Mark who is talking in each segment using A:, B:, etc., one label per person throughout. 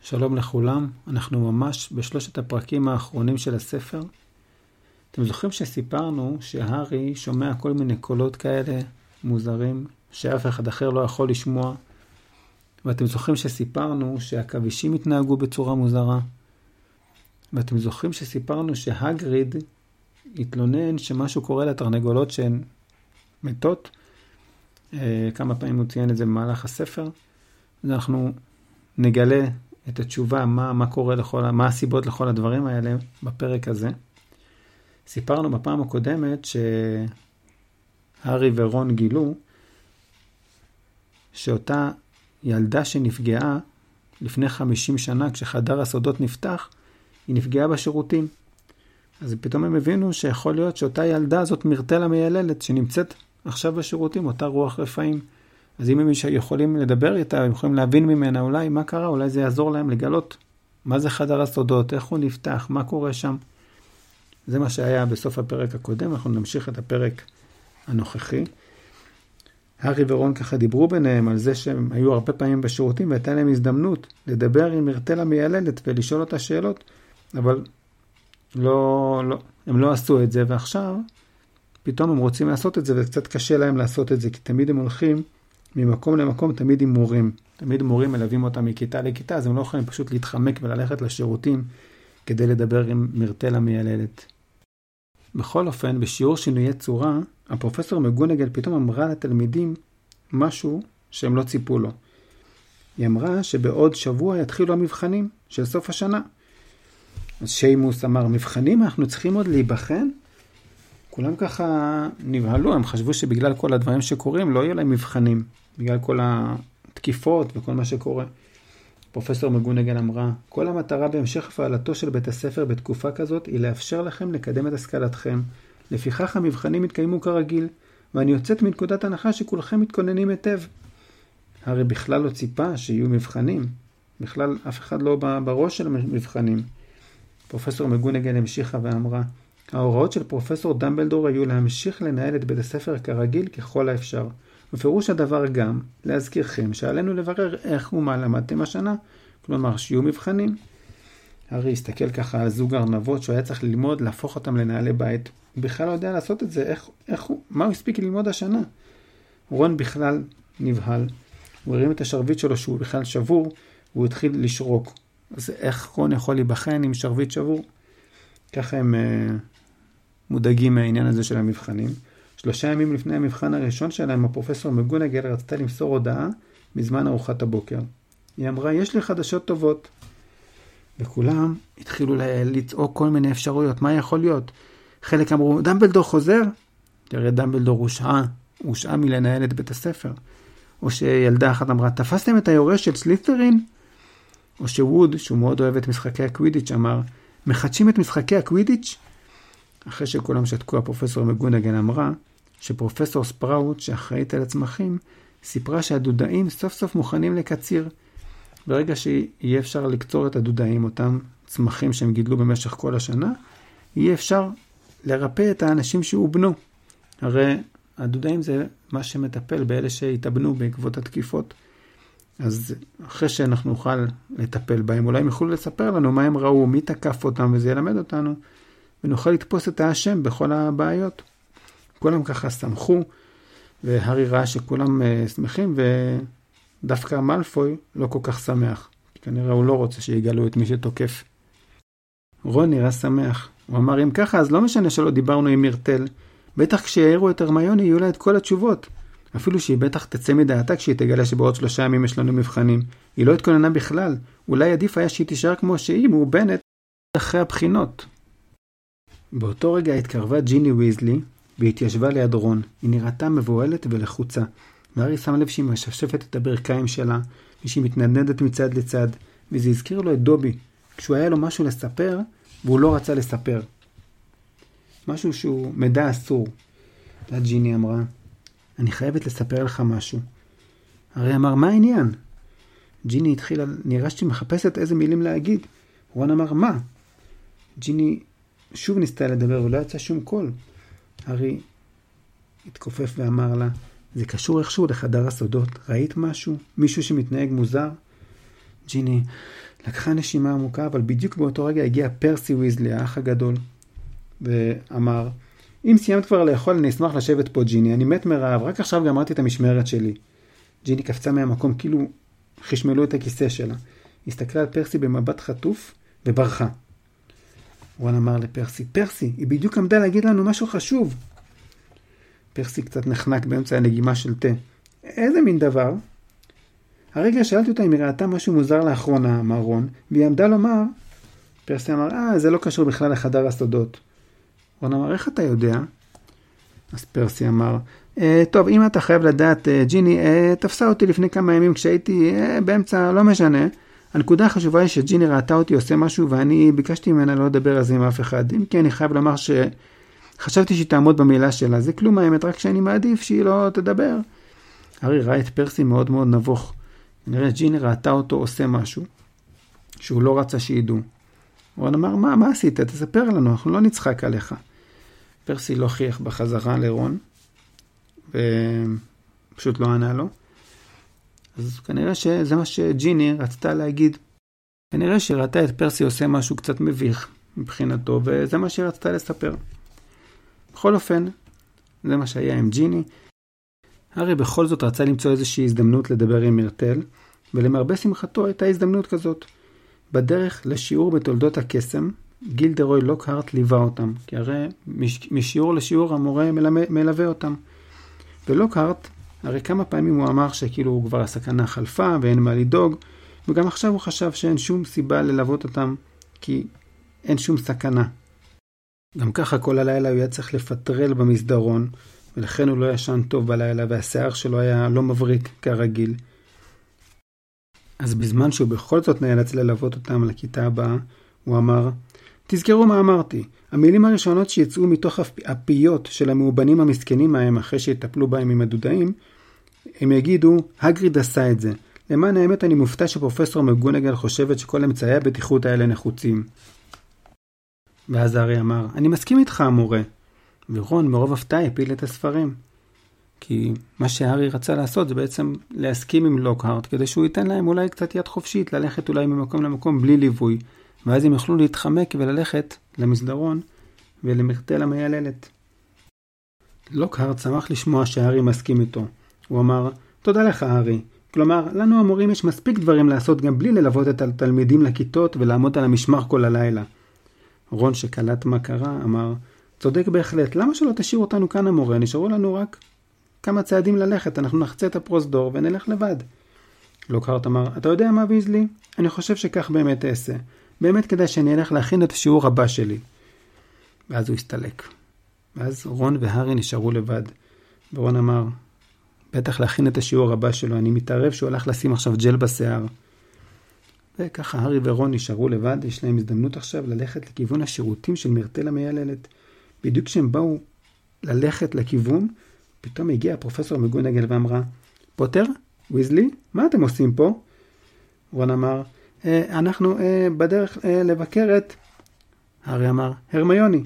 A: שלום לכולם, אנחנו ממש בשלושת הפרקים האחרונים של הספר. אתם זוכרים שסיפרנו שהארי שומע כל מיני קולות כאלה מוזרים שאף אחד אחר לא יכול לשמוע, ואתם זוכרים שסיפרנו שהכבישים התנהגו בצורה מוזרה, ואתם זוכרים שסיפרנו שהגריד התלונן שמשהו קורה לתרנגולות שהן מתות. כמה פעמים הוא ציין את זה במהלך הספר. אז אנחנו נגלה את התשובה, מה קורה מה הסיבות לכל הדברים האלה בפרק הזה. סיפרנו בפעם הקודמת שהארי ורון גילו שאותה ילדה שנפגעה לפני 50 שנה כשחדר הסודות נפתח, היא נפגעה בשירותים. אז פתאום הם הבינו שיכול להיות שאותה ילדה הזאת מרטל המייללת שנמצאת עכשיו בשירותים, אותה רוח רפאים. אז אם הם יכולים לדבר איתה, הם יכולים להבין ממנה אולי מה קרה, אולי זה יעזור להם לגלות מה זה חדר הסודות, איך הוא נפתח, מה קורה שם. זה מה שהיה בסוף הפרק הקודם, אנחנו נמשיך את הפרק הנוכחי. הארי ורון ככה דיברו ביניהם על זה שהם היו הרבה פעמים בשירותים, והייתה להם הזדמנות לדבר עם מרטל המייללת ולשאול אותה שאלות, אבל הם לא עשו את זה, ועכשיו פתאום הם רוצים לעשות את זה, וקצת קשה להם לעשות את זה, כי תמיד הם הולכים ממקום למקום, תמיד עם מורים. תמיד מורים מלווים אותם מכיתה לכיתה, אז הם לא יכולים פשוט להתחמק וללכת לשירותים כדי לדבר עם מרטל המייללת. בכל אופן, בשיעור שינויי צורה, הפרופסור מגונגל פתאום אמרה לתלמידים משהו שהם לא ציפו לו. היא אמרה שבעוד שבוע יתחילו המבחנים של סוף השנה. אז שיימוס אמר, מבחנים? אנחנו צריכים עוד להיבחן? כולם ככה נבהלו, הם חשבו שבגלל כל הדברים שקורים לא יהיו להם מבחנים, בגלל כל התקיפות וכל מה שקורה. פרופסור מגונגל אמרה, כל המטרה בהמשך הפעלתו של בית הספר בתקופה כזאת היא לאפשר לכם לקדם את השכלתכם. לפיכך המבחנים יתקיימו כרגיל, ואני יוצאת מנקודת הנחה שכולכם מתכוננים היטב. הרי בכלל לא ציפה שיהיו מבחנים, בכלל אף אחד לא בראש של מבחנים. פרופסור מגונגל המשיכה ואמרה, ההוראות של פרופסור דמבלדור היו להמשיך לנהל את בית הספר כרגיל ככל האפשר. ופירוש הדבר גם להזכירכם שעלינו לברר איך ומה למדתם השנה, כלומר שיהיו מבחנים. הארי הסתכל ככה על זוג ארנבות שהוא היה צריך ללמוד להפוך אותם לנהלי בית. הוא בכלל לא יודע לעשות את זה, מה הוא הספיק ללמוד השנה? רון בכלל נבהל. הוא הרים את השרביט שלו שהוא בכלל שבור, והוא התחיל לשרוק. אז איך רון יכול להיבחן עם שרביט שבור? ככה הם מודאגים מהעניין הזה של המבחנים. 3 ימים לפני המבחן הראשון שלהם, הפרופסור מגונגל רצתה למסור הודעה מזמן ארוחת הבוקר. היא אמרה, יש לי חדשות טובות. וכולם התחילו לצעוק כל מיני אפשרויות. מה יכול להיות? חלק אמרו, דמבלדור חוזר? תראה, דמבלדור הושעה מלנהל את בית הספר. או שילדה אחת אמרה, תפסתם את היורש של סלית'רין? או שווד, שהוא מאוד אוהב את משחקי הקווידיץ', אמר, מחדשים את משחקי הקווידיץ'? אחרי שכולם שתקו, הפרופסור מגונגל אמרה שפרופסור ספראוט, שאחראית על הצמחים, סיפרה שהדודאים סוף סוף מוכנים לקציר. ברגע שיהיה אפשר לקצור את הדודאים, אותם צמחים שהם גידלו במשך כל השנה, יהיה אפשר לרפא את האנשים שהובנו. הרי הדודאים זה מה שמטפל באלה שהתאבנו בעקבות התקיפות. אז אחרי שאנחנו נוכל לטפל בהם, אולי הם יוכלו לספר לנו מה הם ראו, מי תקף אותם, וזה ילמד אותנו, ונוכל לתפוס את האשם בכל הבעיות. כולם ככה שמחו, והארי ראה שכולם שמחים, ודווקא מאלפוי לא כל כך שמח. כנראה הוא לא רוצה שיגלו את מי שתוקף. רון נראה שמח. הוא אמר, אם ככה, אז לא משנה שלא דיברנו עם מרטל. בטח כשיעירו את הרמיוני יהיו לה את כל התשובות. אפילו שהיא בטח תצא מדעתה כשהיא תגלה שבעוד 3 ימים יש לנו מבחנים. היא לא התכוננה בכלל. אולי עדיף היה שהיא תישאר כמו שהיא, מאובנת, אחרי הבחינות. באותו רגע התקרבה ג'יני ויזלי והתיישבה ליד רון. היא נראתה מבוהלת ולחוצה. והארי שם לב שהיא משפשפת את הברכיים שלה, ושהיא מתנדנדת מצד לצד, וזה הזכיר לו את דובי, כשהוא היה לו משהו לספר, והוא לא רצה לספר. משהו שהוא מידע אסור. ג'יני אמרה, אני חייבת לספר לך משהו. הארי אמר, מה העניין? ג'יני התחילה, נראה שהיא מחפשת איזה מילים להגיד. רון אמר, מה? ג'יני שוב ניסתה לדבר ולא יצא שום קול. הארי התכופף ואמר לה, זה קשור איכשהו לחדר הסודות. ראית משהו? מישהו שמתנהג מוזר? ג'יני לקחה נשימה עמוקה, אבל בדיוק באותו רגע הגיע פרסי ויזלי, האח הגדול, ואמר, אם סיימת כבר לאכול, אני אשמח לשבת פה, ג'יני, אני מת מרעב, רק עכשיו גמרתי את המשמרת שלי. ג'יני קפצה מהמקום, כאילו חשמלו את הכיסא שלה. הסתכלה על פרסי במבט חטוף וברחה. רון אמר לפרסי, פרסי, היא בדיוק עמדה להגיד לנו משהו חשוב. פרסי קצת נחנק באמצע הנגימה של תה. איזה מין דבר? הרגע שאלתי אותה אם היא ראתה משהו מוזר לאחרונה, אמר רון, והיא עמדה לומר, פרסי אמר, זה לא קשור בכלל לחדר הסודות. רון אמר, איך אתה יודע? אז פרסי אמר, טוב, אם אתה חייב לדעת, ג'יני, תפסה אותי לפני כמה ימים כשהייתי באמצע, לא משנה. הנקודה החשובה היא שג'יני ראתה אותי עושה משהו, ואני ביקשתי ממנה לא לדבר על זה עם אף אחד. אם כן, אני חייב לומר שחשבתי שהיא תעמוד במילה שלה. זה כלום האמת, רק שאני מעדיף שהיא לא תדבר. הארי ראה את פרסי מאוד מאוד נבוך. נראה, ג'יני ראתה אותו עושה משהו, שהוא לא רצה שידעו. רון אמר, מה עשית? תספר לנו, אנחנו לא נצחק עליך. פרסי לא חייך בחזרה לרון, ופשוט לא ענה לו. אז כנראה שזה מה שג'יני רצתה להגיד. כנראה שראתה את פרסי עושה משהו קצת מביך מבחינתו, וזה מה שהיא רצתה לספר. בכל אופן, זה מה שהיה עם ג'יני. הארי בכל זאת רצה למצוא איזושהי הזדמנות לדבר עם מירטל, ולמרבה שמחתו הייתה הזדמנות כזאת. בדרך לשיעור בתולדות הקסם, גילדרוי לוקהרט ליווה אותם, כי הרי משיעור לשיעור המורה מלווה אותם. ולוקהרט, הרי כמה פעמים הוא אמר שכאילו כבר הסכנה חלפה ואין מה לדאוג, וגם עכשיו הוא חשב שאין שום סיבה ללוות אותם, כי אין שום סכנה. גם ככה כל הלילה הוא היה צריך לפטרל במסדרון, ולכן הוא לא ישן טוב בלילה, והשיער שלו היה לא מבריק כרגיל. אז בזמן שהוא בכל זאת נאלץ ללוות אותם לכיתה הבאה, הוא אמר, תזכרו מה אמרתי, המילים הראשונות שיצאו מתוך הפיות של המאובנים המסכנים מהם אחרי שיטפלו בהם עם הדודאים, הם יגידו, הגריד עשה את זה. למען האמת אני מופתע שפרופסור מגונגל חושבת שכל אמצעי הבטיחות האלה נחוצים. ואז הארי אמר, אני מסכים איתך המורה. ורון מרוב הפתעה הפיל את הספרים. כי מה שהארי רצה לעשות זה בעצם להסכים עם לוקהרט, כדי שהוא ייתן להם אולי קצת יד חופשית, ללכת אולי ממקום למקום בלי ליווי, ואז הם יוכלו להתחמק וללכת למסדרון ולמירטל המייללת. לוקהרט שמח לשמוע שהארי מסכים איתו. הוא אמר, תודה לך הארי. כלומר, לנו המורים יש מספיק דברים לעשות גם בלי ללוות את התלמידים לכיתות ולעמוד על המשמר כל הלילה. רון שקלט מה קרה אמר, צודק בהחלט, למה שלא תשאיר אותנו כאן המורה? נשארו לנו רק כמה צעדים ללכת, אנחנו נחצה את הפרוזדור ונלך לבד. לוקהרט אמר, אתה יודע מה ויזלי? אני חושב שכך באמת אעשה. באמת כדאי שאני אלך להכין את השיעור הבא שלי. ואז הוא הסתלק. ואז רון והארי נשארו לבד. ורון אמר, בטח להכין את השיעור הבא שלו, אני מתערב שהוא הלך לשים עכשיו ג'ל בשיער. וככה הארי ורון נשארו לבד, יש להם הזדמנות עכשיו ללכת לכיוון השירותים של מירטל המייללת. בדיוק כשהם באו ללכת לכיוון, פתאום הגיע פרופסור מגונגל ואמרה, פוטר, ויזלי, מה אתם עושים פה? רון אמר, אנחנו בדרך לבקר את... הארי אמר, הרמיוני.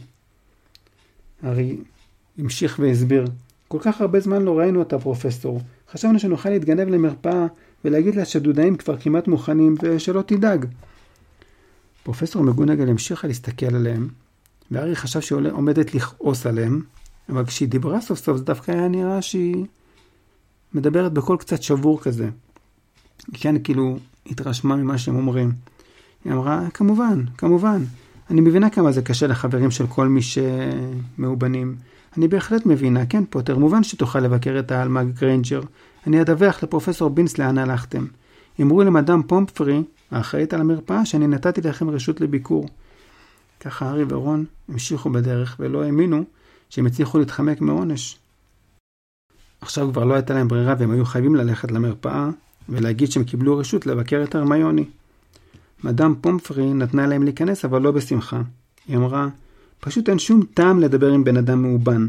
A: הארי המשיך והסביר, כל כך הרבה זמן לא ראינו אותה פרופסור. חשבנו שנוכל להתגנב למרפאה ולהגיד לה שהדודאים כבר כמעט מוכנים ושלא תדאג. פרופסור מגונגל המשיכה להסתכל עליהם, והארי חשב שהיא עומדת לכעוס עליהם, אבל כשהיא דיברה סוף סוף זה דווקא היה נראה שהיא מדברת בקול קצת שבור כזה. כן, כאילו התרשמה ממה שהם אומרים. היא אמרה, כמובן, אני מבינה כמה זה קשה לחברים של כל מי שמאובנים. אני בהחלט מבינה, כן פוטר, מובן שתוכל לבקר את האלמאג גריינג'ר. אני אדווח לפרופסור בינס לאן הלכתם. אמרו למדאם פומפפרי, האחראית על המרפאה, שאני נתתי לכם רשות לביקור. ככה הארי ורון המשיכו בדרך ולא האמינו שהם הצליחו להתחמק מעונש. עכשיו כבר לא הייתה להם ברירה והם היו חייבים ללכת למרפאה ולהגיד שהם קיבלו רשות לבקר את הרמיוני. מדאם פומפפרי נתנה להם להיכנס אבל לא בשמחה. היא אמרה, פשוט אין שום טעם לדבר עם בן אדם מאובן.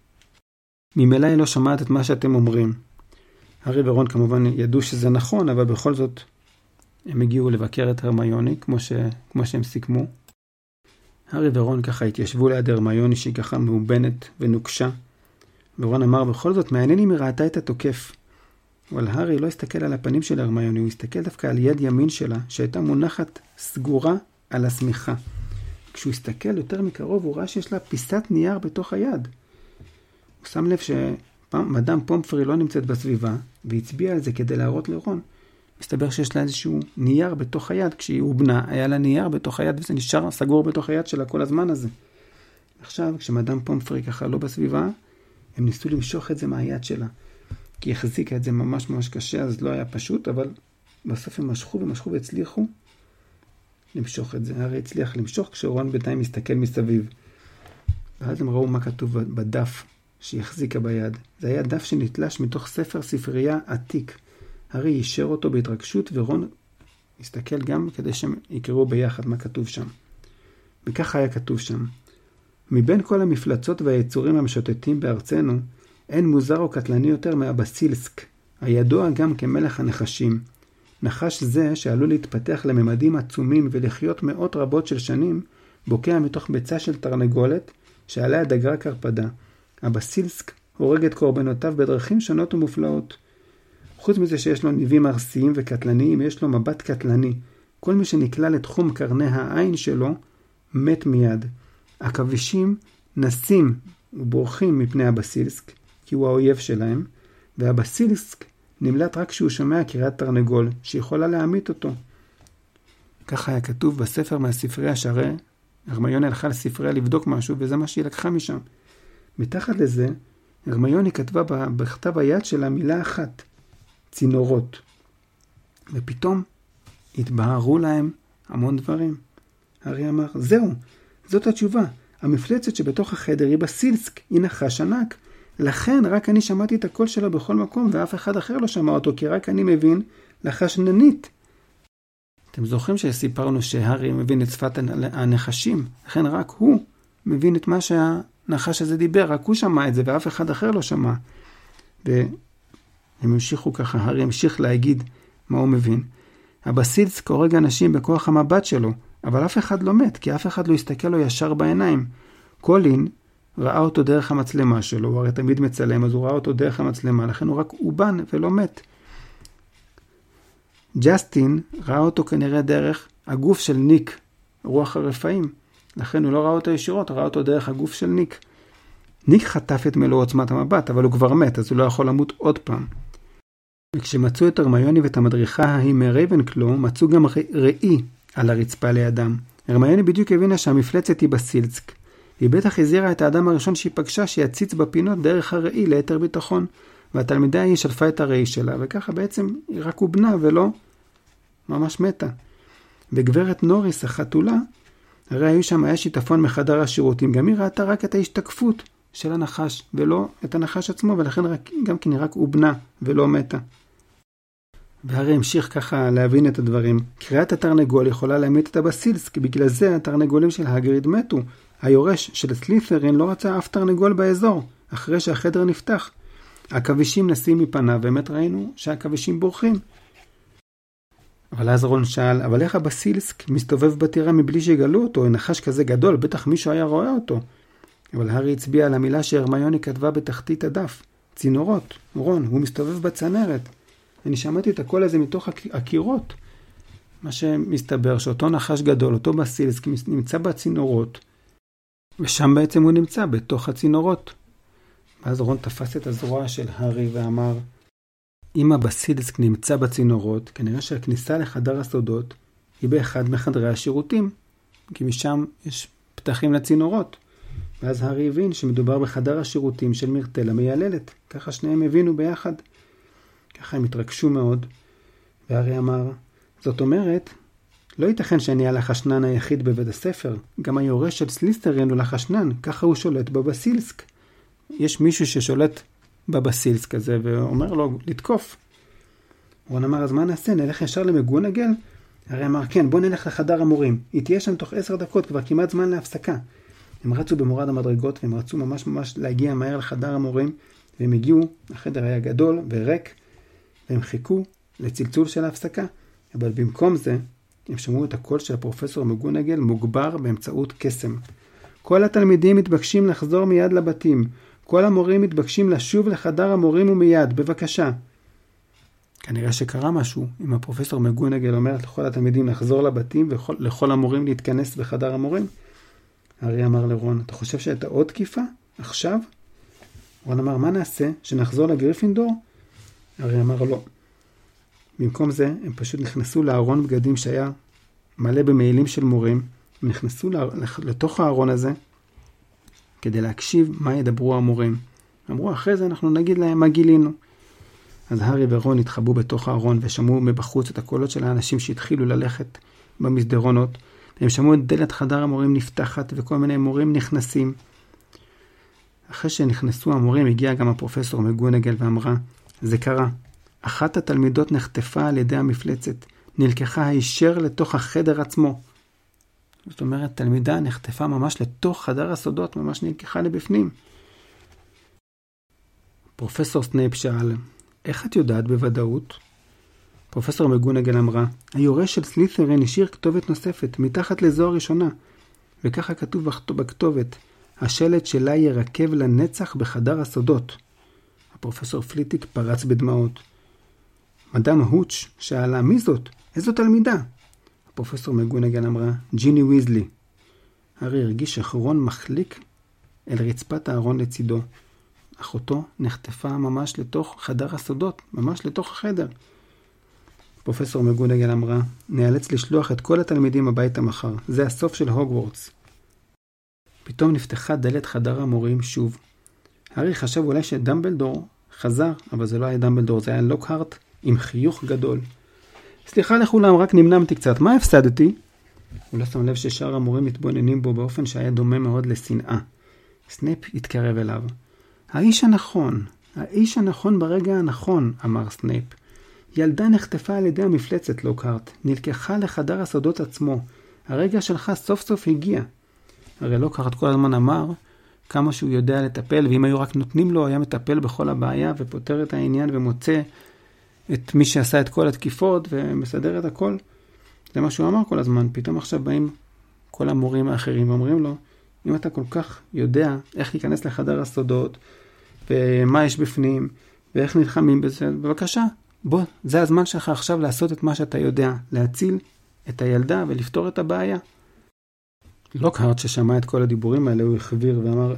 A: ממילא היא לא שמעת את מה שאתם אומרים. הארי ורון כמובן ידעו שזה נכון, אבל בכל זאת הם הגיעו לבקר את הרמיוני, כמו שהם סיכמו. הארי ורון ככה התיישבו ליד הרמיוני שהיא ככה מאובנת ונוקשה. ורון אמר, בכל זאת מעניין אם היא ראתה את התוקף. אבל הארי לא הסתכל על הפנים של הרמיוני, הוא הסתכל דווקא על יד ימין שלה, שהייתה מונחת סגורה על השמיכה. כשהוא הסתכל יותר מקרוב, הוא ראה שיש לה פיסת נייר בתוך היד. הוא שם לב שמדאם פומפרי לא נמצאת בסביבה, והצביע על זה כדי להראות לרון. מסתבר שיש לה איזשהו נייר בתוך היד, כשהיא הובנה, היה לה נייר בתוך היד, וזה נשאר סגור בתוך היד שלה כל הזמן הזה. עכשיו, כשמדאם פומפרי ככה לא בסביבה, הם ניסו למשוך את זה מהיד שלה. כי היא החזיקה את זה ממש ממש קשה, אז לא היה פשוט, אבל בסוף הם משכו והצליחו למשוך את זה. הרי הצליח למשוך כשרון בינתיים מסתכל מסביב. ואז הם ראו מה כתוב בדף שהיא החזיקה ביד. זה היה דף שנתלש מתוך ספר ספרייה עתיק. הרי יישר אותו בהתרגשות, ורון הסתכל גם כדי שהם יקראו ביחד מה כתוב שם. וככה היה כתוב שם: מבין כל המפלצות והיצורים המשוטטים בארצנו, אין מוזר או קטלני יותר מהבסילסק, הידוע גם כמלך הנחשים. נחש זה, שעלול להתפתח לממדים עצומים ולחיות מאות רבות של שנים, בוקע מתוך ביצה של תרנגולת, שעליה דגרה קרפדה. הבסילסק הורג את קורבנותיו בדרכים שונות ומופלאות. חוץ מזה שיש לו ניבים ארסיים וקטלניים, יש לו מבט קטלני. כל מי שנקלע לתחום קרני העין שלו, מת מיד. הכבישים נסים ובורחים מפני הבסילסק, כי הוא האויב שלהם, והבסילסק נמלט רק כשהוא שומע קריאת תרנגול, שיכולה להמית אותו. ככה היה כתוב בספר מהספרייה, שהרי הרמיוני הלכה לספרייה לבדוק משהו, וזה מה שהיא לקחה משם. מתחת לזה, הרמיוני כתבה בכתב היד שלה מילה אחת, צינורות. ופתאום התבהרו להם המון דברים. הארי אמר, זהו, זאת התשובה. המפלצת שבתוך החדר היא בסילסק, היא נחש ענק. לכן רק אני שמעתי את הקול שלה בכל מקום, ואף אחד אחר לא שמע אותו, כי רק אני מבין לחש ננית. אתם זוכרים שסיפרנו שהארי מבין את שפת הנחשים, לכן רק הוא מבין את מה שהנחש הזה דיבר, רק הוא שמע את זה, ואף אחד אחר לא שמע. והם המשיכו ככה, הארי המשיך להגיד מה הוא מבין. הבסילסק הורג אנשים בכוח המבט שלו, אבל אף אחד לא מת, כי אף אחד לא הסתכל לו ישר בעיניים. קולין ראה אותו דרך המצלמה שלו, הוא הרי תמיד מצלם, אז הוא ראה אותו דרך המצלמה, לכן הוא רק אובן ולא מת. ג'סטין ראה אותו כנראה דרך הגוף של ניק, רוח הרפאים, לכן הוא לא ראה אותו ישירות, ראה אותו דרך הגוף של ניק. ניק חטף את מלוא עוצמת המבט, אבל הוא כבר מת, אז הוא לא יכול למות עוד פעם. וכשמצאו את הרמיוני ואת המדריכה ההיא מרייבנקלו, מצאו גם ראי על הרצפה לידם. הרמיוני בדיוק הבינה שהמפלצת היא בסילסק. היא בטח הזהירה את האדם הראשון שהיא פגשה שיציץ בפינות דרך הראי ליתר ביטחון. והתלמידה היא שלפה את הראי שלה, וככה בעצם היא רק הובנה ולא ממש מתה. וגברת נוריס החתולה, הרי היו שם היה שיטפון מחדר השירותים, גם היא ראתה רק את ההשתקפות של הנחש, ולא את הנחש עצמו, ולכן גם כן היא רק הובנה ולא מתה. והרי המשיך ככה להבין את הדברים. קריאת התרנגול יכולה להמית את הבסילסק, בגלל זה התרנגולים של הגריד מתו. היורש של סלית'רין לא רצה אף תרנגול באזור, אחרי שהחדר נפתח. הכבישים נסים מפניו, באמת ראינו שהכבישים בורחים. אבל אז רון שאל, אבל איך הבסילסק מסתובב בטירה מבלי שיגלו אותו? נחש כזה גדול, בטח מישהו היה רואה אותו. אבל הארי הצביע על המילה שהרמיוני כתבה בתחתית הדף. צינורות. רון, הוא מסתובב בצנרת. אני שמעתי את הקול הזה מתוך הקירות. מה שמסתבר שאותו נחש גדול, אותו בסילסק, נמצא בצינורות. ושם בעצם הוא נמצא, בתוך הצינורות. ואז רון תפס את הזרוע של הארי ואמר, אם הבסילסק נמצא בצינורות, כנראה שהכניסה לחדר הסודות היא באחד מחדרי השירותים, כי משם יש פתחים לצינורות. ואז הארי הבין שמדובר בחדר השירותים של מרטל המייללת. ככה שניהם הבינו ביחד. ככה הם התרגשו מאוד. והארי אמר, זאת אומרת, לא ייתכן שאני הלחשנן היחיד בבית הספר. גם היורש של סלית'רין הוא לחשנן, ככה הוא שולט בבסילסק. יש מישהו ששולט בבסילסק הזה ואומר לו לתקוף. רון אמר, אז מה נעשה? נלך ישר למגונגל? הרי אמר, כן, בוא נלך לחדר המורים. היא תהיה שם תוך 10 דקות, כבר כמעט זמן להפסקה. הם רצו במורד המדרגות והם רצו ממש להגיע מהר לחדר המורים, והם הגיעו, החדר היה גדול וריק, והם חיכו לצלצול של ההפסקה. אבל במקום זה, הם שמעו את הקול של הפרופסור מגונגל מוגבר באמצעות קסם. כל התלמידים מתבקשים לחזור מיד לבתים. כל המורים מתבקשים לשוב לחדר המורים ומיד, בבקשה. כנראה שקרה משהו. אם הפרופסור מגונגל אומרת לכל התלמידים לחזור לבתים ולכל המורים להתכנס בחדר המורים, הארי אמר לרון, אתה חושב שהייתה עוד תקיפה? עכשיו? רון אמר, מה נעשה? שנחזור לגריפינדור? הארי אמר לא. במקום זה, הם פשוט נכנסו לארון בגדים שהיה מלא במעילים של מורים, הם נכנסו לתוך הארון הזה, כדי להקשיב מה ידברו המורים. אמרו, אחרי זה אנחנו נגיד להם מה גילינו. אז הארי ורון התחבאו בתוך הארון, ושמעו מבחוץ את הקולות של האנשים שהתחילו ללכת במסדרונות. הם שמעו את דלת חדר המורים נפתחת, וכל מיני מורים נכנסים. אחרי שנכנסו המורים, הגיע גם הפרופסור מגונגל ואמרה, זה קרה. אחת התלמידות נחטפה על ידי המפלצת, נלקחה הישר לתוך החדר עצמו. זאת אומרת, תלמידה נחטפה ממש לתוך חדר הסודות, ממש נלקחה לבפנים. פרופסור סנייפ שאל, איך את יודעת בוודאות? פרופסור מגונגל אמרה, היורש של סלית'רין השאיר כתובת נוספת, מתחת לזו הראשונה, וככה כתוב בכתובת, השלט שלה ירקב לנצח בחדר הסודות. הפרופסור פליטיק פרץ בדמעות. מדאם הוטש שאלה, מי זאת? איזו תלמידה? הפרופסור מגונגל אמרה, ג'יני ויזלי. הארי הרגיש שרון מחליק אל רצפת הארון לצידו. אחותו נחטפה ממש לתוך חדר הסודות, ממש לתוך החדר. פרופסור מגונגל אמרה, נאלץ לשלוח את כל התלמידים הביתה מחר. זה הסוף של הוגוורטס. פתאום נפתחה דלת חדר המורים שוב. הארי חשב אולי שדמבלדור חזר, אבל זה לא היה דמבלדור, זה היה לוקהרט עם חיוך גדול. סליחה לכולם, רק נמנמתי קצת. מה הפסדתי? הוא לא שם לב ששאר המורים מתבוננים בו באופן שהיה דומה מאוד לשנאה. סנייפ התקרב אליו. האיש הנכון ברגע הנכון, אמר סנייפ. ילדה נחטפה על ידי המפלצת, לוקהרט. נלקחה לחדר הסודות עצמו. הרגע שלך סוף סוף הגיע. הרי לוקהרט כל הזמן אמר כמה שהוא יודע לטפל, ואם היו רק נותנים לו, היה מטפל בכל הבעיה ופותר את העניין ומוצא את מי שעשה את כל התקיפות ומסדר את הכל. זה מה שהוא אמר כל הזמן. פתאום עכשיו באים כל המורים האחרים ואומרים לו, אם אתה כל כך יודע איך להיכנס לחדר הסודות, ומה יש בפנים, ואיך נלחמים בזה, בבקשה, בוא, זה הזמן שלך עכשיו לעשות את מה שאתה יודע, להציל את הילדה ולפתור את הבעיה. לוקהרט ששמע את כל הדיבורים האלה, הוא החביר ואמר,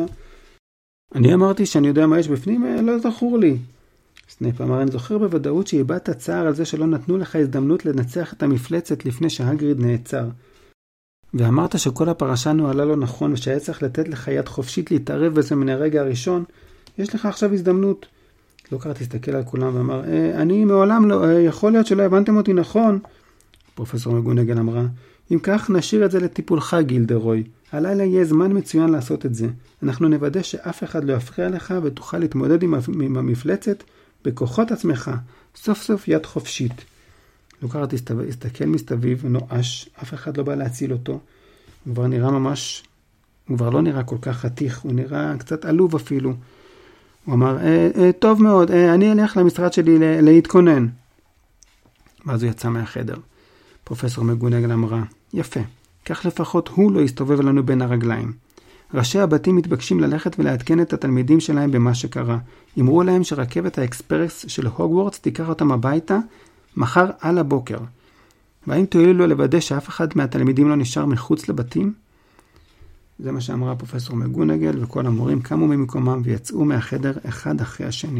A: אני אמרתי שאני יודע מה יש בפנים, לא זכור לי. סנייפ אמר, אני זוכר בוודאות שאיבדת צער על זה שלא נתנו לך הזדמנות לנצח את המפלצת לפני שהגריד נעצר. ואמרת שכל הפרשה נועלה לא נכון, ושהיה צריך לתת לך יד חופשית להתערב בזה מן הרגע הראשון, יש לך עכשיו הזדמנות. לוקהרט הסתכל על כולם ואמר, אני מעולם לא, יכול להיות שלא הבנתם אותי נכון. פרופסור מגונגל אמרה, אם כך נשאיר את זה לטיפולך גילדרוי. הלילה יהיה זמן מצוין לעשות את זה. אנחנו נוודא שאף אחד לא יפריע לך ותוכל להתמודד עם המפלצת בכוחות עצמך. סוף סוף יד חופשית. לוקהרט הסתכל מסביב ונואש. אף אחד לא בא להציל אותו. הוא כבר לא נראה כל כך חתיך. הוא נראה קצת עלוב אפילו. הוא אמר, טוב מאוד, אני אלך למשרד שלי להתכונן. ואז הוא יצא מהחדר. פרופסור מגונגל אמרה, יפה, כך לפחות הוא לא יסתובב לנו בין הרגליים. ראשי הבתים מתבקשים ללכת ולעדכן את התלמידים שלהם במה שקרה. אמרו להם שרכבת האקספרס של הוגוורטס תיקח אותם הביתה מחר על הבוקר. והאם תועילו לו לוודא שאף אחד מהתלמידים לא נשאר מחוץ לבתים? זה מה שאמרה פרופסור מגונגל, וכל המורים קמו ממקומם ויצאו מהחדר אחד אחרי השני.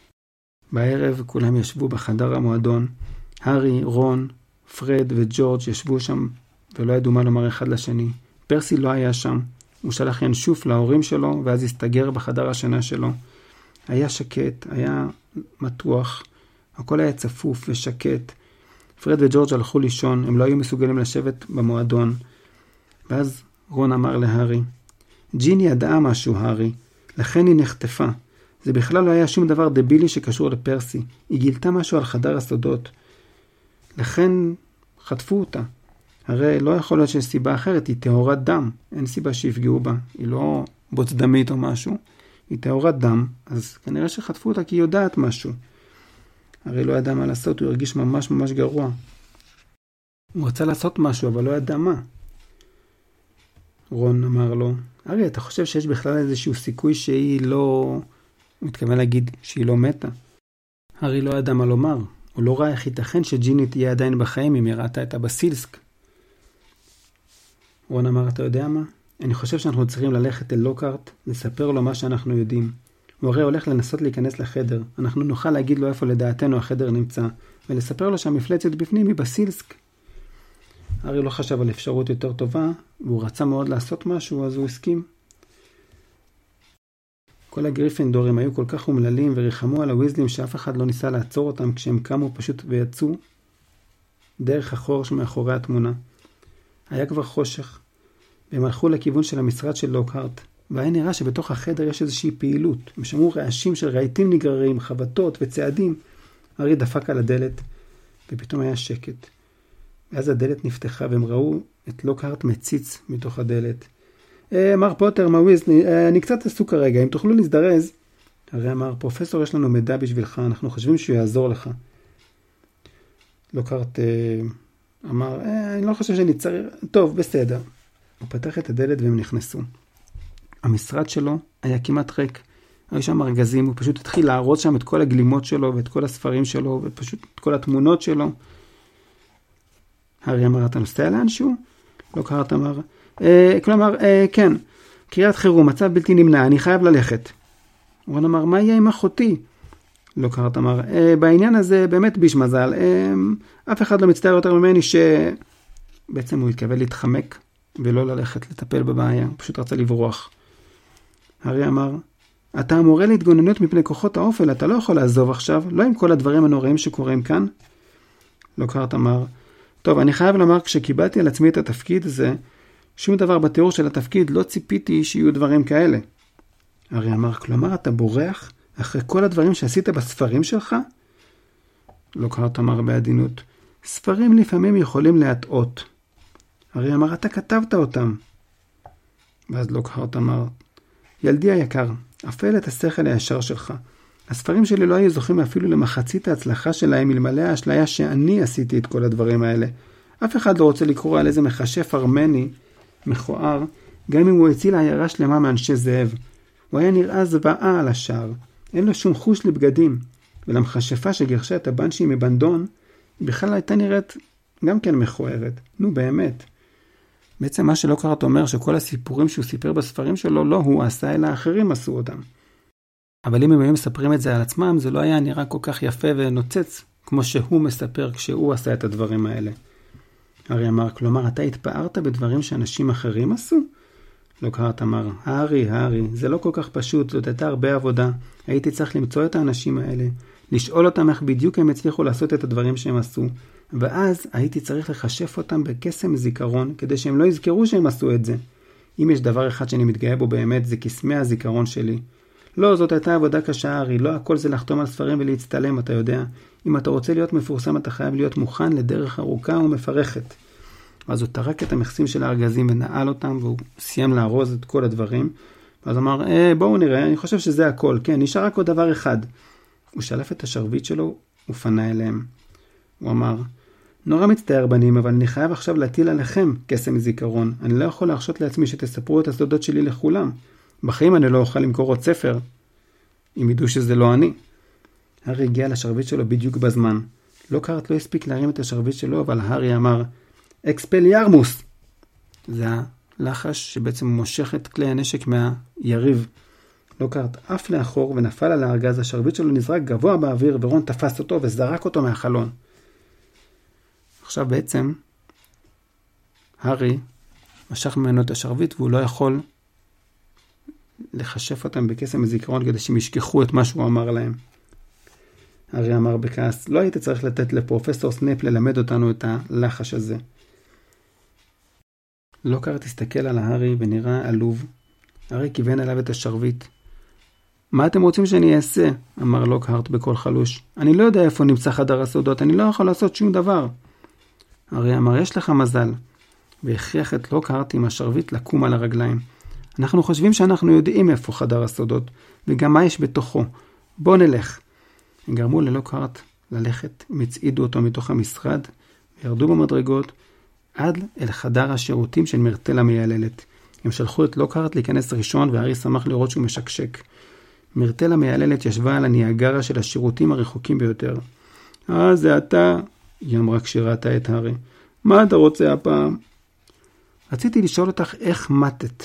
A: בערב כולם ישבו בחדר המועדון. הארי, רון, פרד וג'ורג' ישבו שם ולא ידעו מה לומר אחד לשני. פרסי לא היה שם. הוא שלח ינשוף להורים שלו ואז הסתגר בחדר השינה שלו. היה שקט, היה מתוח, הכל היה צפוף ושקט. פרד וג'ורג' הלכו לישון, הם לא היו מסוגלים לשבת במועדון. ואז רון אמר להארי, ג'יני ידעה משהו, הארי, לכן היא נחטפה. זה בכלל לא היה שום דבר דבילי שקשור לפרסי. היא גילתה משהו על חדר הסודות. לכן חטפו אותה. הרי לא יכול להיות שיש סיבה אחרת, היא טהורת דם. אין סיבה שיפגעו בה. היא לא בוץ דמית או משהו. היא טהורת דם, אז כנראה שחטפו אותה כי היא יודעת משהו. הרי לא ידע מה לעשות, הוא הרגיש ממש ממש גרוע. הוא רצה לעשות משהו, אבל לא ידע מה. רון אמר לו, הרי אתה חושב שיש בכלל איזשהו סיכוי שהיא לא... הוא מתכוון להגיד שהיא לא מתה. הארי לא ידע מה לומר. הוא לא ראה איך ייתכן שג'יני תהיה עדיין בחיים אם היא ראתה את הבסילסק. רון אמר, אתה יודע מה? אני חושב שאנחנו צריכים ללכת אל לוקהרט, לספר לו מה שאנחנו יודעים. הוא הרי הולך לנסות להיכנס לחדר. אנחנו נוכל להגיד לו איפה לדעתנו החדר נמצא, ולספר לו שהמפלצת בפנים היא בסילסק. הארי לא חשב על אפשרות יותר טובה, והוא רצה מאוד לעשות משהו, אז הוא הסכים. כל הגריפינדורים היו כל כך אומללים וריחמו על הוויזלים שאף אחד לא ניסה לעצור אותם כשהם קמו פשוט ויצאו דרך החור שמאחורי התמונה. היה כבר חושך, והם הלכו לכיוון של המשרד של לוקהרט, והיה נראה שבתוך החדר יש איזושהי פעילות. הם שמעו רעשים של רהיטים נגררים, חבטות וצעדים. הארי דפק על הדלת, ופתאום היה שקט. ואז הדלת נפתחה, והם ראו את לוקהרט מציץ מתוך הדלת. מר פוטר, מר ויזלי, אני קצת עסוק כרגע, אם תוכלו להזדרז. הרי אמר, פרופסור, יש לנו מידע בשבילך, אנחנו חושבים שהוא יעזור לך. לוקהרט אמר, אני לא חושב שאני צריך, טוב, בסדר. הוא פתח את הדלת והם נכנסו. המשרד שלו היה כמעט ריק. היו שם ארגזים, הוא פשוט התחיל להראות שם את כל הגלימות שלו ואת כל הספרים שלו ופשוט את כל התמונות שלו. הארי אמר, אתה נוסע לאנשהו? לוקהרט אמר, כן, קריאת חירום, מצב בלתי נמנע, אני חייב ללכת. רון אמר, מה יהיה עם אחותי? לוקהרט אמר, בעניין הזה באמת ביש מזל, אף אחד לא מצטער יותר ממני בעצם הוא התכוון להתחמק ולא ללכת לטפל בבעיה, הוא פשוט רצה לברוח. הארי אמר, אתה המורה להתגוננות מפני כוחות האופל, אתה לא יכול לעזוב עכשיו, לא עם כל הדברים הנוראים שקורים כאן. לוקהרט אמר, טוב, אני חייב לומר, כשקיבלתי על עצמי את התפקיד הזה, שום דבר בתיאור של התפקיד לא ציפיתי שיהיו דברים כאלה. הארי אמר, כלומר, אתה בורח אחרי כל הדברים שעשית בספרים שלך? לוקהרט אמר בעדינות, ספרים לפעמים יכולים להטעות. הארי אמר, אתה כתבת אותם. ואז לוקהרט אמר, ילדי היקר, אפל את השכל הישר שלך. הספרים שלי לא היו זוכים אפילו למחצית ההצלחה שלהם, אלמלא האשליה שאני עשיתי את כל הדברים האלה. אף אחד לא רוצה לקרוא על איזה מכשף ארמני מכוער, גם אם הוא הציל עיירה שלמה מאנשי זאב. הוא היה נראה זוועה על השער. אין לו שום חוש לבגדים. ולמכשפה שגירשה את הבנשי מבנדון, היא בכלל הייתה נראית גם כן מכוערת. נו באמת. בעצם מה שלוקהרט אומר, שכל הסיפורים שהוא סיפר בספרים שלו, לא הוא עשה, אלא אחרים עשו אותם. אבל אם הם היו מספרים את זה על עצמם, זה לא היה נראה כל כך יפה ונוצץ, כמו שהוא מספר כשהוא עשה את הדברים האלה. הארי אמר, כלומר, אתה התפארת בדברים שאנשים אחרים עשו? לוקהרט אמר, הארי, זה לא כל כך פשוט, זאת הייתה הרבה עבודה. הייתי צריך למצוא את האנשים האלה, לשאול אותם איך בדיוק הם הצליחו לעשות את הדברים שהם עשו, ואז הייתי צריך לחשף אותם בקסם זיכרון, כדי שהם לא יזכרו שהם עשו את זה. אם יש דבר אחד שאני מתגאה בו באמת, זה קסמי הזיכרון שלי. לא, זאת הייתה עבודה קשה, הארי, לא הכל זה לחתום על ספרים ולהצטלם, אתה יודע. אם אתה רוצה להיות מפורסם, אתה חייב להיות מוכן לדרך ארוכה ומפרכת. אז הוא טרק את המכסים של הארגזים ונעל אותם, והוא סיים לארוז את כל הדברים. ואז אמר, בואו נראה, אני חושב שזה הכל, כן, נשאר רק עוד דבר אחד. הוא שלף את השרביט שלו ופנה אליהם. הוא אמר, נורא מצטער בנים, אבל אני חייב עכשיו להטיל עליכם קסם זיכרון. אני לא יכול להרשות לעצמי שתספרו את הסודות שלי לכולם. בחיים אני לא אוכל למכור עוד ספר, אם ידעו שזה לא אני. הארי הגיע לשרביט שלו בדיוק בזמן. לוקהרט לא הספיק להרים את השרביט שלו, אבל הארי אמר, אקספליארמוס! זה הלחש שבעצם מושך את כלי הנשק מהיריב. לוקהרט עף לאחור ונפל על הארגז, השרביט שלו נזרק גבוה באוויר, ורון תפס אותו וזרק אותו מהחלון. עכשיו בעצם, הארי משך ממנו את השרביט, והוא לא יכול לחשף אותם בקסם הזיכרון כדי שהם ישכחו את מה שהוא אמר להם. הארי אמר בכעס, לא היית צריך לתת לפרופסור סנייפ ללמד אותנו את הלחש הזה. לוקהרט הסתכל על הארי ונראה עלוב. הארי כיוון עליו את השרביט. מה אתם רוצים שאני אעשה? אמר לוקהרט בקול חלוש. אני לא יודע איפה נמצא חדר הסודות, אני לא יכול לעשות שום דבר. הארי אמר, יש לך מזל. והכריח את לוקהרט עם השרביט לקום על הרגליים. אנחנו חושבים שאנחנו יודעים איפה חדר הסודות, וגם מה יש בתוכו. בוא נלך. הם גרמו ללוקהרט ללכת, הם הצעידו אותו מתוך המשרד, וירדו במדרגות, עד אל חדר השירותים של מרטל המייללת. הם שלחו את לוקהרט להיכנס ראשון, והארי שמח לראות שהוא משקשק. מרתל המייללת ישבה על הניאגרה של השירותים הרחוקים ביותר. זה אתה, היא אמרה כשראתה את הארי. מה אתה רוצה הפעם? רציתי לשאול אותך איך מתת.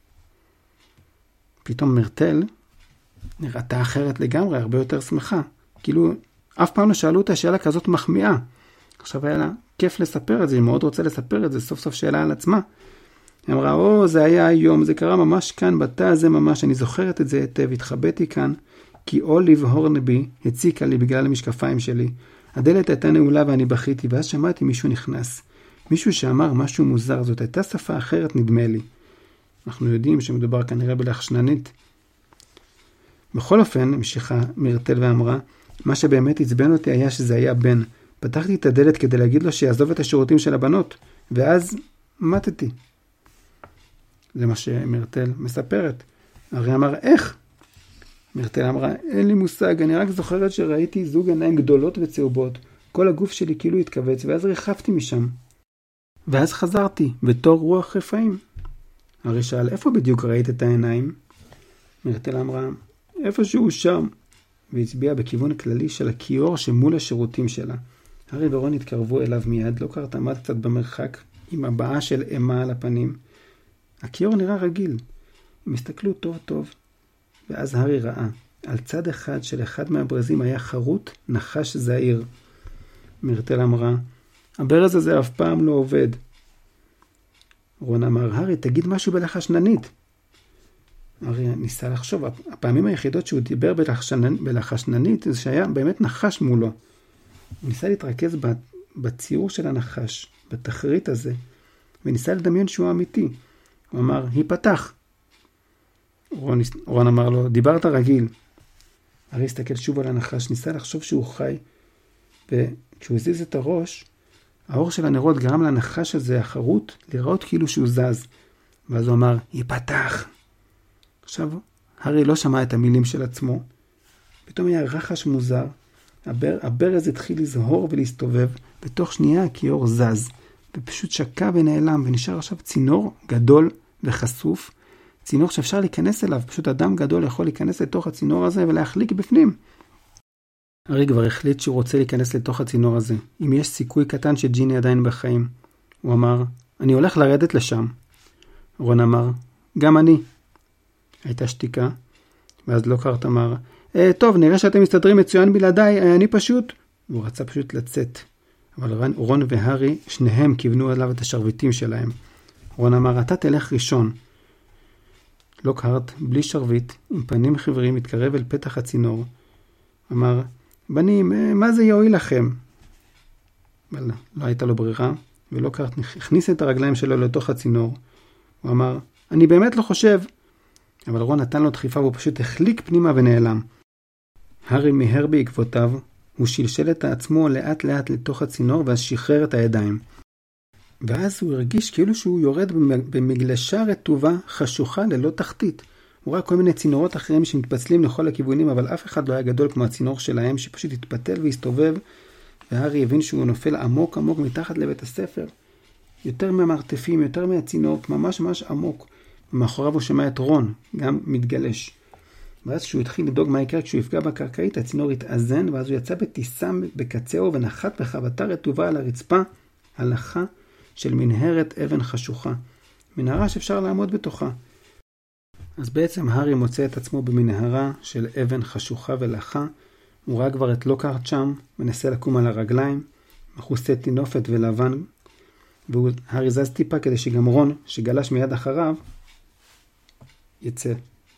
A: פתאום מרתל נראתה אחרת לגמרי, הרבה יותר שמחה. כאילו, אף פעם לא שאלו אותה שאלה כזאת מחמיאה. עכשיו היה לה כיף לספר את זה, היא מאוד רוצה לספר את זה, סוף סוף שאלה על עצמה. היא אמרה, זה היה היום, זה קרה ממש כאן, בתא הזה ממש, אני זוכרת את זה היטב, התחבאתי כאן, כי אוליב הורנבי הציקה לי בגלל המשקפיים שלי. הדלת הייתה נעולה ואני בכיתי, ואז שמעתי מישהו נכנס. מישהו שאמר משהו מוזר, זאת הייתה שפה אחרת נדמה לי. אנחנו יודעים שמדובר כנראה בלחשננית. בכל אופן, המשיכה מרתל ואמרה, מה שבאמת עצבן אותי היה שזה היה בן. פתחתי את הדלת כדי להגיד לו שיעזוב את השירותים של הבנות, ואז מתתי. זה מה שמרתל מספרת. הארי אמר, איך? מרתל אמרה, אין לי מושג, אני רק זוכרת שראיתי זוג עיניים גדולות וצהובות. כל הגוף שלי כאילו התכווץ, ואז ריחפתי משם. ואז חזרתי, בתור רוח רפאים. הארי שאל, איפה בדיוק ראית את העיניים? מרתל אמרה, איפשהו שם. והצביעה בכיוון כללי של הכיור שמול השירותים שלה. הארי ורון התקרבו אליו מיד, לוקהרט עמד קצת במרחק, עם הבעה של אימה על הפנים. הכיור נראה רגיל. הם הסתכלו טוב טוב, ואז הארי ראה. על צד אחד של אחד מהברזים היה חרוט נחש זעיר. מרתל אמרה, הברז הזה אף פעם לא עובד. רון אמר, הארי, תגיד משהו בלחשננית. הארי ניסה לחשוב, הפעמים היחידות שהוא דיבר בלחשננית זה שהיה באמת נחש מולו. הוא ניסה להתרכז בציור של הנחש, בתחרית הזה, וניסה לדמיין שהוא אמיתי. הוא אמר, היפתח. רון אמר לו, דיברת רגיל. הארי הסתכל שוב על הנחש, ניסה לחשוב שהוא חי, וכשהוא הזיז את הראש, האור של הנרות גרם לנחש הזה, החרוט, לראות כאילו שהוא זז. ואז הוא אמר, היפתח. עכשיו, הארי לא שמע את המילים של עצמו. פתאום היה רחש מוזר. הברז התחיל לזהור ולהסתובב. בתוך שנייה הכיור זז, ופשוט שקע ונעלם, ונשאר עכשיו צינור גדול וחשוף. צינור שאפשר להיכנס אליו. פשוט אדם גדול יכול להיכנס לתוך הצינור הזה ולהחליק בפנים. הארי כבר החליט שהוא רוצה להיכנס לתוך הצינור הזה. אם יש סיכוי קטן שג'יני עדיין בחיים. הוא אמר, אני הולך לרדת לשם. רון אמר, גם אני. הייתה שתיקה, ואז לוקהרט אמר, טוב, נראה שאתם מסתדרים מצוין בלעדיי, אני פשוט... והוא רצה פשוט לצאת. אבל רון והארי, שניהם כיוונו עליו את השרביטים שלהם. רון אמר, אתה תלך ראשון. לוקהרט, בלי שרביט, עם פנים חיוורים, התקרב אל פתח הצינור. אמר, בנים, מה זה יועיל לכם? אבל לא הייתה לו ברירה, ולוקהרט הכניס את הרגליים שלו לתוך הצינור. הוא אמר, אני באמת לא חושב... אבל רון נתן לו דחיפה והוא פשוט החליק פנימה ונעלם. הארי מיהר בעקבותיו, הוא שלשל את עצמו לאט לאט לתוך הצינור ואז שחרר את הידיים. ואז הוא הרגיש כאילו שהוא יורד במגלשה רטובה חשוכה ללא תחתית. הוא ראה כל מיני צינורות אחרים שמתפצלים לכל הכיוונים, אבל אף אחד לא היה גדול כמו הצינור שלהם שפשוט התפתל והסתובב, והארי הבין שהוא נופל עמוק עמוק מתחת לבית הספר. יותר מהמרתפים, יותר מהצינור, ממש ממש עמוק. ומאחוריו הוא שמע את רון, גם מתגלש. ואז כשהוא התחיל לדאוג מה יקרה כשהוא יפגע בקרקעית, הצינור התאזן, ואז הוא יצא בטיסה בקצהו ונחת בחבטה רטובה על הרצפה, הלכה של מנהרת אבן חשוכה. מנהרה שאפשר לעמוד בתוכה. אז בעצם הארי מוצא את עצמו במנהרה של אבן חשוכה ולחה. הוא ראה כבר את לוקהרט שם, מנסה לקום על הרגליים, מכוסה טינופת ולבן, והארי זז טיפה כדי שגם רון, שגלש מיד אחריו, יצא.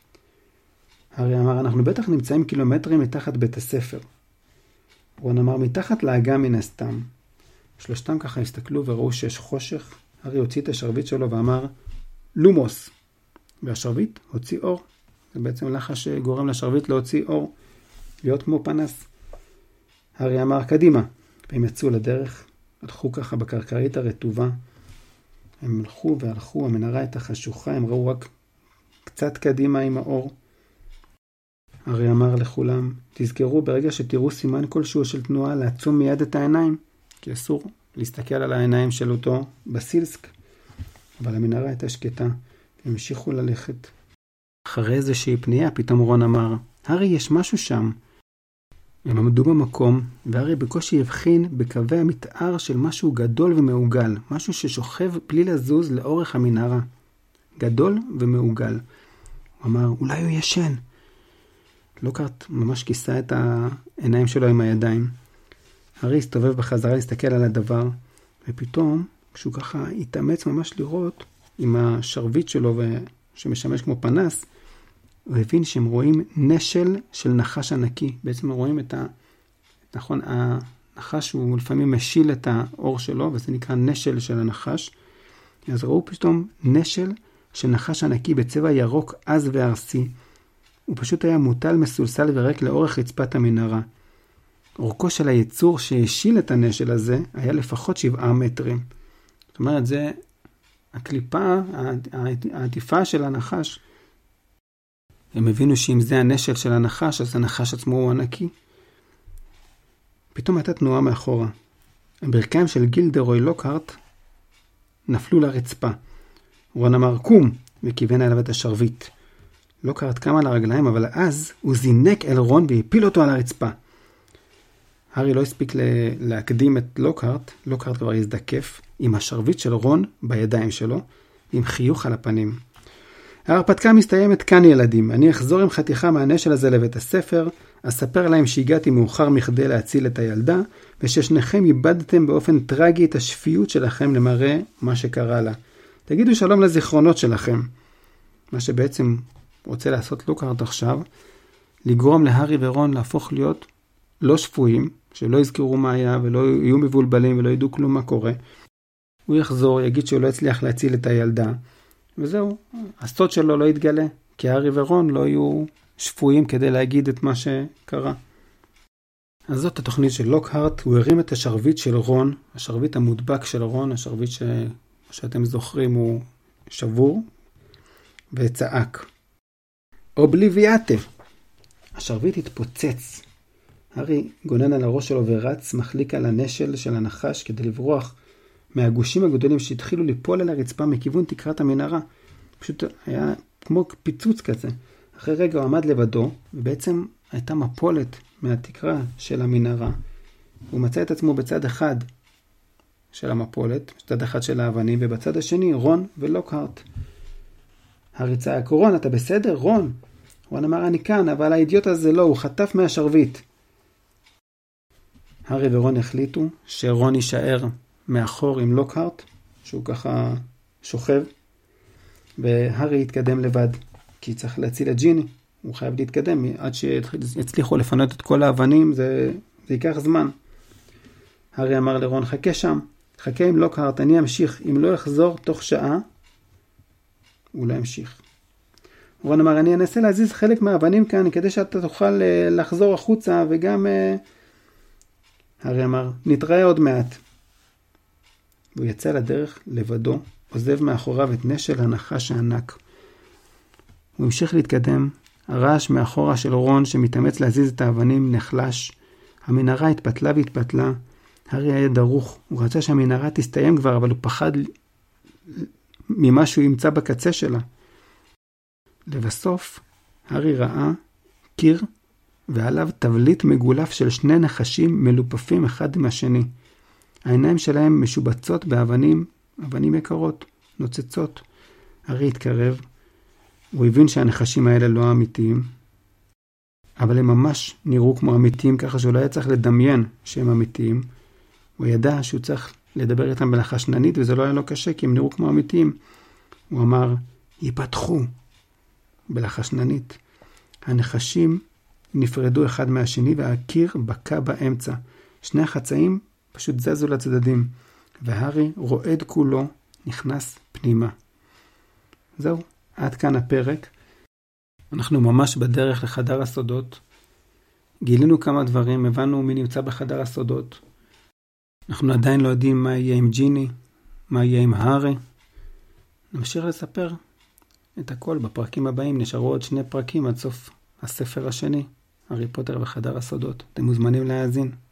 A: הארי אמר, אנחנו בטח נמצאים קילומטרים מתחת בית הספר. רון אמר, מתחת לאגם מן הסתם. שלושתם ככה הסתכלו וראו שיש חושך. הארי הוציא את השרביט שלו ואמר, לומוס. והשרביט הוציא אור. זה בעצם לחש שגורם לשרביט להוציא אור. להיות כמו פנס. הארי אמר, קדימה. והם יצאו לדרך. הלכו ככה בקרקעית הרטובה. הם הלכו והלכו, המנהרה הייתה חשוכה, הם ראו רק קצת קדימה עם האור. הארי אמר לכולם, תזכרו ברגע שתראו סימן כלשהו של תנועה לעצום מיד את העיניים, כי אסור להסתכל על העיניים של אותו בסילסק. אבל המנהרה הייתה שקטה, הם המשיכו ללכת. אחרי איזושהי פנייה, פתאום רון אמר, הארי, יש משהו שם. הם עמדו במקום, והארי בקושי הבחין בקווי המתאר של משהו גדול ומעוגל, משהו ששוכב בלי לזוז לאורך המנהרה. גדול ומעוגל. הוא אמר, אולי הוא ישן. לוקהרט ממש כיסה את העיניים שלו עם הידיים. הארי הסתובב בחזרה להסתכל על הדבר, ופתאום, כשהוא ככה התאמץ ממש לראות עם השרביט שלו שמשמש כמו פנס, הוא הבין שהם רואים נשל של נחש ענקי. בעצם רואים נכון, הנחש הוא לפעמים משיל את האור שלו, וזה נקרא נשל של הנחש. אז ראו פתאום נשל של נחש ענקי בצבע ירוק עז וארסי. הוא פשוט היה מוטל, מסולסל ורק לאורך רצפת המנהרה. אורכו של היצור שהשיל את הנשל הזה היה לפחות 7 מטרים. זאת אומרת, זה הקליפה, העטיפה של הנחש. הם הבינו שאם זה הנשל של הנחש, אז הנחש עצמו הוא ענקי. פתאום הייתה תנועה מאחורה. הברכיים של גילדרוי לוקהרט נפלו לרצפה. רון אמר, קום, וכיוון אליו את השרביט. לוקהרט קם על הרגליים, אבל אז הוא זינק אל רון והפיל אותו על הרצפה. הארי לא הספיק להקדים את לוקהרט. לוקהרט כבר הזדקף עם השרביט של רון בידיים שלו, עם חיוך על הפנים. ההרפתקה מסתיימת כאן, ילדים. אני אחזור עם חתיכה מהנשל הזה לבית הספר, אספר להם שהגעתי מאוחר מכדי להציל את הילדה, וששניכם איבדתם באופן טרגי את השפיות שלכם למראה מה שקרה לה. תגידו שלום לזיכרונות שלכם. מה שבעצם רוצה לעשות לוקהרט עכשיו, לגרום להארי ורון להפוך להיות לא שפויים, שלא יזכרו מה היה ולא יהיו מבולבלים ולא ידעו כלום מה קורה. הוא יחזור, יגיד שהוא לא הצליח להציל את הילדה, וזהו, הסוד שלו לא יתגלה, כי הארי ורון לא יהיו שפויים כדי להגיד את מה שקרה. אז זאת התוכנית של לוקהרט. הוא הרים את השרביט של רון, השרביט המודבק של רון, השרביט שאתם זוכרים הוא שבור, וצעק. אובליביאטה! השרביט התפוצץ. הארי גונן על הראש שלו ורץ, מחליק על הנשל של הנחש כדי לברוח מהגושים הגדולים שהתחילו ליפול על הרצפה מכיוון תקרת המנהרה. פשוט היה כמו פיצוץ כזה. אחרי רגע הוא עמד לבדו, ובעצם הייתה מפולת מהתקרה של המנהרה. הוא מצא את עצמו בצד אחד של המפולת, בצד אחד של האבנים, ובצד השני רון ולוקהרט. הארי צעק, רון, אתה בסדר? רון! רון אמר, אני כאן, אבל האידיוט הזה לא, הוא חטף מהשרביט. הארי ורון החליטו שרון יישאר מאחור עם לוקהרט, שהוא ככה שוכב, והארי יתקדם לבד, כי צריך להציל את ג'יני. הוא חייב להתקדם, עד שיצליחו לפנות את כל האבנים, זה ייקח זמן. הארי אמר לרון, חכה שם, חכה עם לוקהרט, אני אמשיך, אם לא יחזור תוך שעה, הוא לא ימשיך. רון אמר, אני אנסה להזיז חלק מהאבנים כאן, כדי שאתה תוכל לחזור החוצה, וגם... הארי אמר, נתראה עוד מעט. והוא יצא לדרך לבדו, עוזב מאחוריו את נשל הנחש הענק. הוא המשיך להתקדם, הרעש מאחורה של רון שמתאמץ להזיז את האבנים נחלש, המנהרה התפתלה והתפתלה, הארי היה דרוך, הוא רצה שהמנהרה תסתיים כבר, אבל הוא פחד ממה שהוא ימצא בקצה שלה. לבסוף, הארי ראה קיר ועליו תבליט מגולף של 2 נחשים מלופפים אחד עם השני. העיניים שלהם משובצות באבנים, אבנים יקרות, נוצצות. הארי התקרב, הוא הבין שהנחשים האלה לא אמיתיים, אבל הם ממש נראו כמו אמיתיים, ככה שהוא לא היה צריך לדמיין שהם אמיתיים. הוא ידע שהוא צריך לדבר איתם בלחשננית, וזה לא היה לו קשה, כי הם נראו כמו אמיתיים. הוא אמר, ייפתחו, בלחשננית. הנחשים נפרדו אחד מהשני, והקיר בקע באמצע. 2 החצאים פשוט זזו לצדדים, והארי רועד כולו נכנס פנימה. זהו, עד כאן הפרק. אנחנו ממש בדרך לחדר הסודות. גילינו כמה דברים, הבנו מי נמצא בחדר הסודות. אנחנו עדיין לא יודעים מה יהיה עם ג'יני, מה יהיה עם הארי. נמשיך לספר את הכל בפרקים הבאים. נשארו עוד 2 פרקים עד סוף הספר השני, הארי פוטר וחדר הסודות. אתם מוזמנים להאזין.